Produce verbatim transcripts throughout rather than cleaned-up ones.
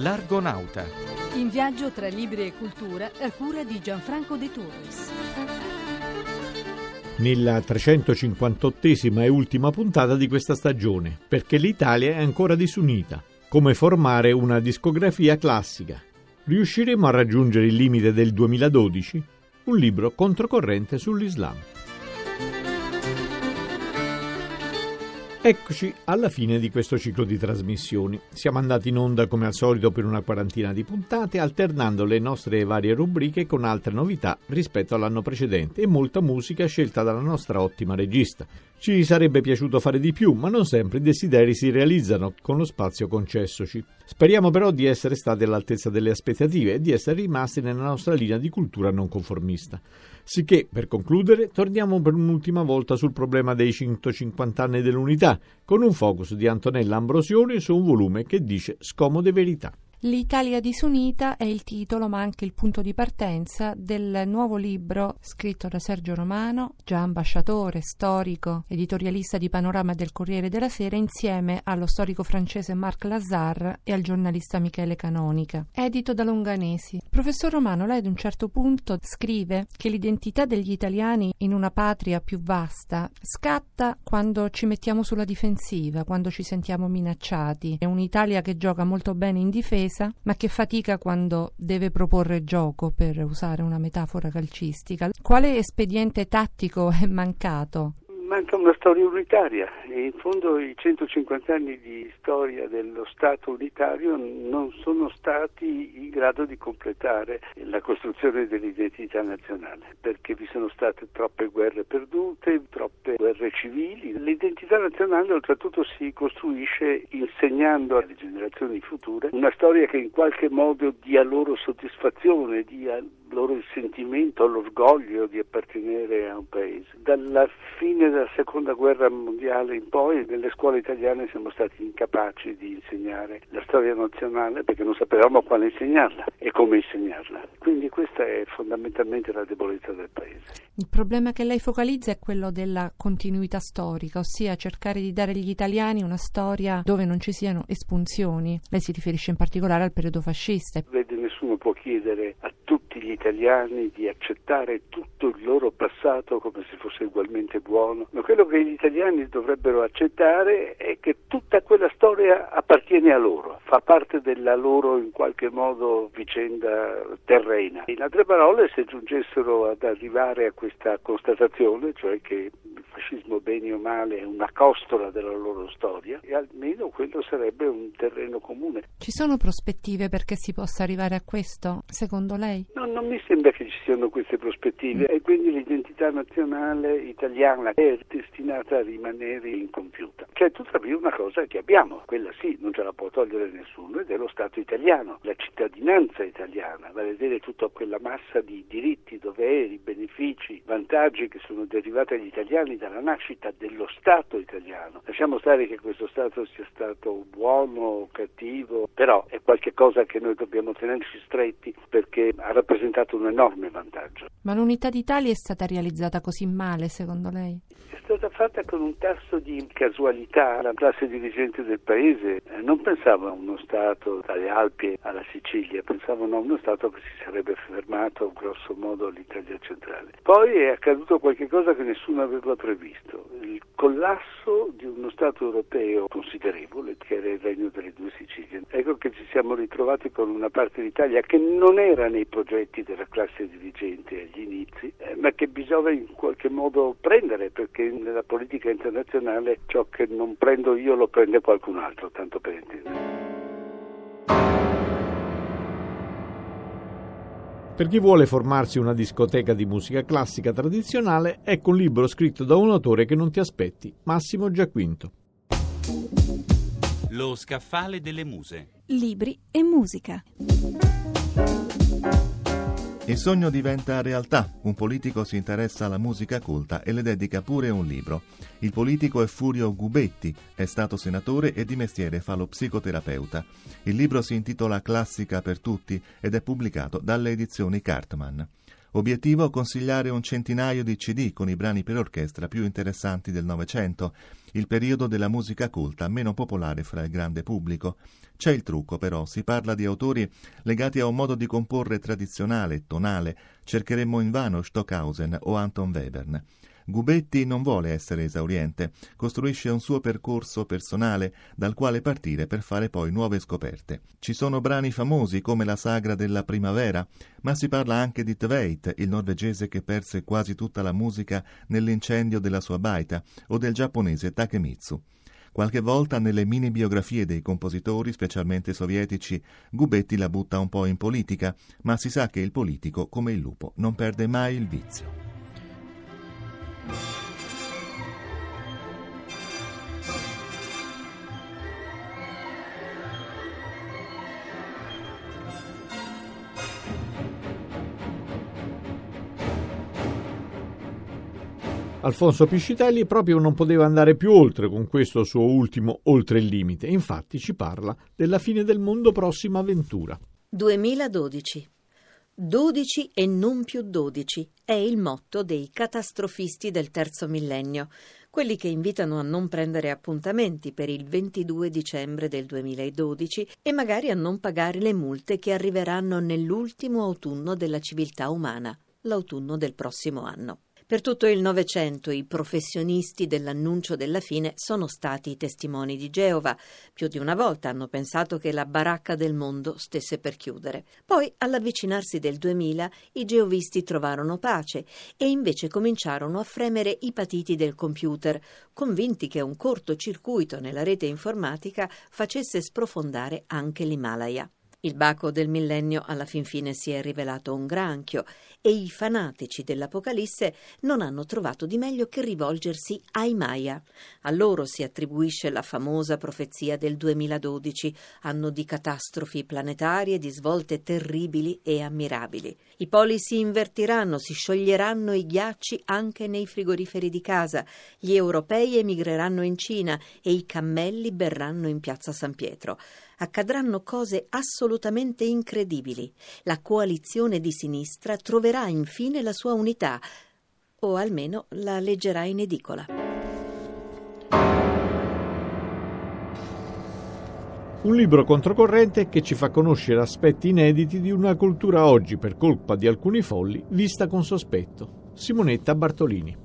L'Argonauta. In viaggio tra libri e cultura a cura di Gianfranco De Torres. Nella trecentocinquantottesima e ultima puntata di questa stagione, perché l'Italia è ancora disunita. Come formare una discografia classica. Riusciremo a raggiungere il limite del duemiladodici? Un libro controcorrente sull'Islam. Eccoci alla fine di questo ciclo di trasmissioni. Siamo andati in onda come al solito per una quarantina di puntate, alternando le nostre varie rubriche con altre novità rispetto all'anno precedente e molta musica scelta dalla nostra ottima regista. Ci sarebbe piaciuto fare di più, ma non sempre i desideri si realizzano con lo spazio concessoci. Speriamo però di essere stati all'altezza delle aspettative e di essere rimasti nella nostra linea di cultura non conformista. Sicché, per concludere, torniamo per un'ultima volta sul problema dei centocinquanta anni dell'unità, con un focus di Antonella Ambrosioni su un volume che dice scomode verità. L'Italia disunita è il titolo, ma anche il punto di partenza del nuovo libro scritto da Sergio Romano, già ambasciatore, storico, editorialista di Panorama del Corriere della Sera, insieme allo storico francese Marc Lazare e al giornalista Michele Canonica, edito da Longanesi. Professor Romano, lei ad un certo punto scrive che l'identità degli italiani in una patria più vasta scatta quando ci mettiamo sulla difensiva, quando ci sentiamo minacciati. È un'Italia che gioca molto bene in difesa, ma che fatica quando deve proporre gioco, per usare una metafora calcistica. Quale espediente tattico è mancato? Manca una storia unitaria e in fondo i centocinquanta anni di storia dello Stato unitario non sono stati in grado di completare la costruzione dell'identità nazionale, perché vi sono state troppe guerre perdute, troppe guerre civili. L'identità nazionale oltretutto si costruisce insegnando alle generazioni future una storia che in qualche modo dia loro soddisfazione, dia loro il sentimento, l'orgoglio di appartenere a un paese. Dalla fine della seconda guerra mondiale in poi nelle scuole italiane siamo stati incapaci di insegnare la storia nazionale perché non sapevamo quale insegnarla e come insegnarla. Quindi questa è fondamentalmente la debolezza del paese. Il problema che lei focalizza è quello della continuità storica, ossia cercare di dare agli italiani una storia dove non ci siano espunzioni. Lei si riferisce in particolare al periodo fascista. Vede, nessuno può chiedere a tutti gli italiani di accettare tutto il loro passato come se fosse ugualmente buono, ma quello che gli italiani dovrebbero accettare è che tutta quella storia appartiene a loro, fa parte della loro in qualche modo vicenda terrena. In altre parole, se giungessero ad arrivare a questa constatazione, cioè che il fascismo bene o male è una costola della loro storia, e almeno quello sarebbe un terreno comune. Ci sono prospettive perché si possa arrivare a questo, secondo lei? No, non mi sembra che ci siano queste prospettive e quindi l'identità nazionale italiana è destinata a rimanere incompiuta. C'è tuttavia una cosa che abbiamo, quella sì, non ce la può togliere nessuno, ed è lo Stato italiano, la cittadinanza italiana, vale a dire tutta quella massa di diritti, doveri, benefici, vantaggi che sono derivati agli italiani dalla nascita dello Stato italiano. Lasciamo stare che questo Stato sia stato buono o cattivo, però è qualche cosa che noi dobbiamo tenerci stretti perché ha rappresentato un enorme vantaggio. Ma l'unità d'Italia è stata realizzata così male, secondo lei? È stata fatta con un tasso di casualità. La classe dirigente del paese non pensava a uno Stato dalle Alpi alla Sicilia, pensavano a uno Stato che si sarebbe fermato grosso modo all'Italia centrale. Poi è accaduto qualche cosa che nessuno aveva previsto, il collasso di uno Stato europeo considerevole, che era il Regno delle Due Sicilie. Ecco che ci siamo ritrovati con una parte d'Italia che non era nei progetti della classe dirigente agli inizi, eh, ma che bisogna in qualche modo prendere, perché nella politica internazionale ciò che non prendo io lo prende qualcun altro, tanto per intendere. Per chi vuole formarsi una discoteca di musica classica tradizionale, ecco un libro scritto da un autore che non ti aspetti, Massimo Giaquinto. Lo scaffale delle muse. Libri e musica. Il sogno diventa realtà. Un politico si interessa alla musica colta e le dedica pure un libro. Il politico è Furio Gubetti, è stato senatore e di mestiere fa lo psicoterapeuta. Il libro si intitola Classica per tutti ed è pubblicato dalle edizioni Cartman. Obiettivo: consigliare un centinaio di C D con i brani per orchestra più interessanti del Novecento, il periodo della musica culta meno popolare fra il grande pubblico. C'è il trucco però, si parla di autori legati a un modo di comporre tradizionale, tonale, cercheremmo invano Stockhausen o Anton Webern. Gubetti non vuole essere esauriente, costruisce un suo percorso personale dal quale partire per fare poi nuove scoperte. Ci sono brani famosi come la sagra della primavera, ma si parla anche di Tveit, il norvegese che perse quasi tutta la musica nell'incendio della sua baita, o del giapponese Takemitsu. Qualche volta nelle mini biografie dei compositori, specialmente sovietici, Gubetti la butta un po' in politica, ma si sa che il politico, come il lupo, non perde mai il vizio. Alfonso Piscitelli proprio non poteva andare più oltre con questo suo ultimo Oltre il limite, infatti ci parla della fine del mondo, prossima avventura. duemiladodici. dodici e non più dodici è il motto dei catastrofisti del terzo millennio, quelli che invitano a non prendere appuntamenti per il ventidue dicembre del duemiladodici e magari a non pagare le multe che arriveranno nell'ultimo autunno della civiltà umana, l'autunno del prossimo anno. Per tutto il Novecento i professionisti dell'annuncio della fine sono stati i testimoni di Geova. Più di una volta hanno pensato che la baracca del mondo stesse per chiudere. Poi, all'avvicinarsi del duemila, i geovisti trovarono pace e invece cominciarono a fremere i patiti del computer, convinti che un cortocircuito nella rete informatica facesse sprofondare anche l'Himalaya. Il baco del millennio alla fin fine si è rivelato un granchio e i fanatici dell'Apocalisse non hanno trovato di meglio che rivolgersi ai Maya. A loro si attribuisce la famosa profezia del duemiladodici, anno di catastrofi planetarie, di svolte terribili e ammirabili. I poli si invertiranno, si scioglieranno i ghiacci anche nei frigoriferi di casa, gli europei emigreranno in Cina e i cammelli berranno in piazza San Pietro. Accadranno cose assolutamente incredibili. La coalizione di sinistra troverà infine la sua unità, o almeno la leggerà in edicola. Un libro controcorrente che ci fa conoscere aspetti inediti di una cultura oggi, per colpa di alcuni folli, vista con sospetto. Simonetta Bartolini.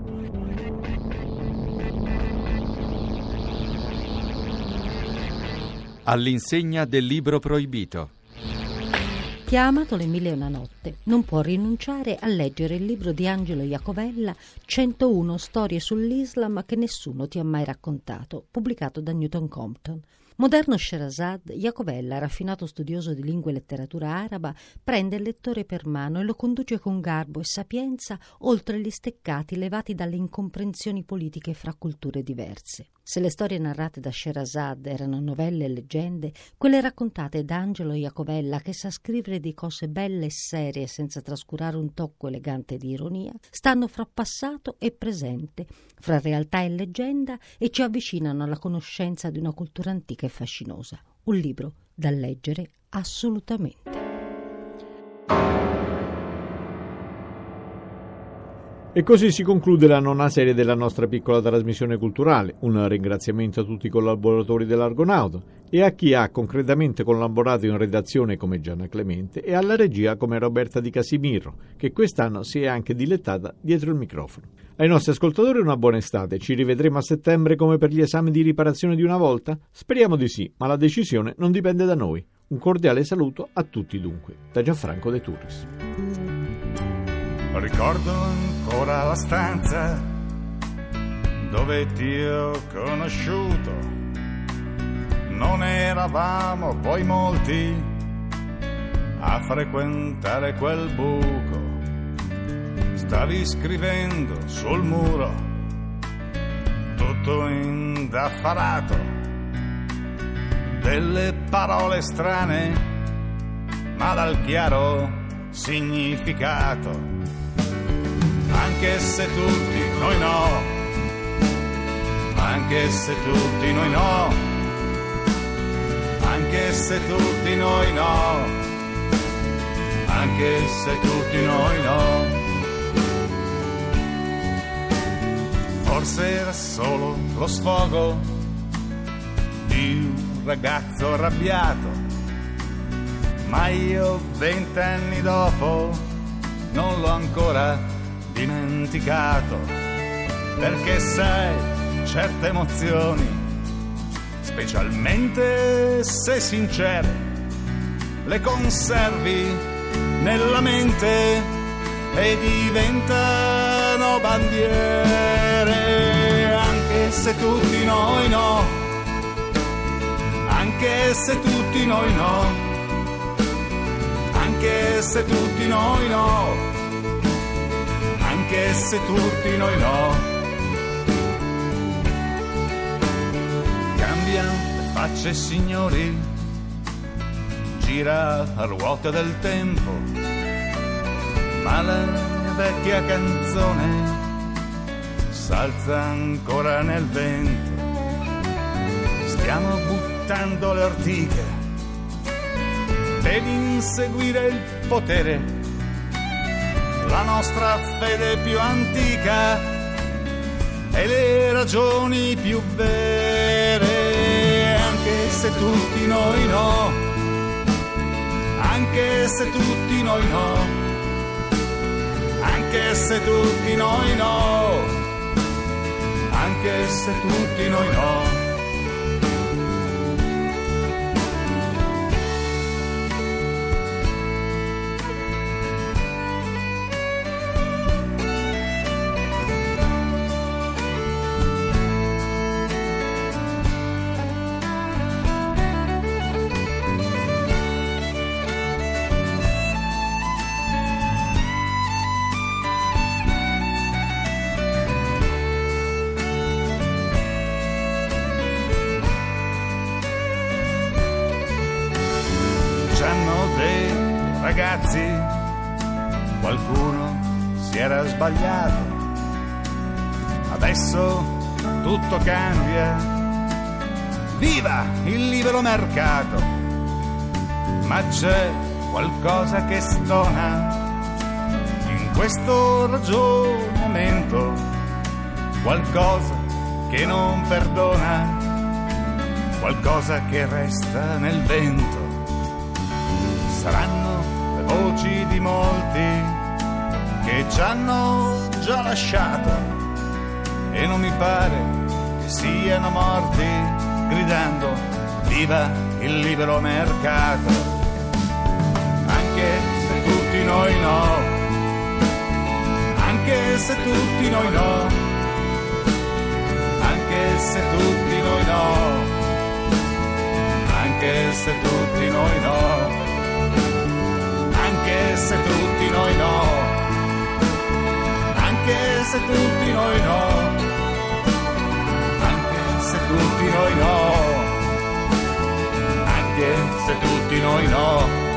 All'insegna del libro proibito. Chi ha amato Le mille e una notte non può rinunciare a leggere il libro di Angelo Iacovella, centouno storie sull'Islam che nessuno ti ha mai raccontato, pubblicato da Newton Compton. Moderno Sherazad, Iacovella, raffinato studioso di lingua e letteratura araba, prende il lettore per mano e lo conduce con garbo e sapienza oltre gli steccati levati dalle incomprensioni politiche fra culture diverse. Se le storie narrate da Sherazad erano novelle e leggende, quelle raccontate da Angelo Iacovella, che sa scrivere di cose belle e serie senza trascurare un tocco elegante di ironia, stanno fra passato e presente, fra realtà e leggenda, e ci avvicinano alla conoscenza di una cultura antica e fascinosa. Un libro da leggere assolutamente. E così si conclude la nona serie della nostra piccola trasmissione culturale. Un ringraziamento a tutti i collaboratori dell'Argonauta e a chi ha concretamente collaborato in redazione come Gianna Clemente e alla regia come Roberta Di Casimiro, che quest'anno si è anche dilettata dietro il microfono. Ai nostri ascoltatori una buona estate. Ci rivedremo a settembre come per gli esami di riparazione di una volta? Speriamo di sì, ma la decisione non dipende da noi. Un cordiale saluto a tutti dunque. Da Gianfranco De Turris. Ricordo ancora la stanza dove ti ho conosciuto. Non eravamo poi molti a frequentare quel buco. Stavi scrivendo sul muro, tutto indaffarato, delle parole strane, ma dal chiaro significato. Anche se tutti noi no, anche se tutti noi no, anche se tutti noi no, anche se tutti noi no. Forse era solo lo sfogo di un ragazzo arrabbiato, ma io vent'anni dopo non l'ho ancora dimenticato, perché sai, certe emozioni, specialmente se sincere, le conservi nella mente e diventano bandiere, anche se tutti noi no, anche se tutti noi no, anche se tutti noi no, anche se tutti noi no. Cambiano le facce, signori, gira a ruota del tempo, ma la mia vecchia canzone s'alza ancora nel vento. Stiamo buttando le ortiche per inseguire il potere, la nostra fede più antica e le ragioni più vere, anche se tutti noi no, anche se tutti noi no, anche se tutti noi no, anche se tutti noi no. Ragazzi, qualcuno si era sbagliato, adesso tutto cambia, viva il libero mercato, ma c'è qualcosa che stona in questo ragionamento, qualcosa che non perdona, qualcosa che resta nel vento. Saranno voci di molti che ci hanno già lasciato e non mi pare che siano morti gridando viva il libero mercato, anche se tutti noi no, anche se tutti noi no, anche se tutti noi no, anche se tutti noi no, anche se tutti noi no, anche se tutti noi no, anche se tutti noi no, anche se tutti noi no.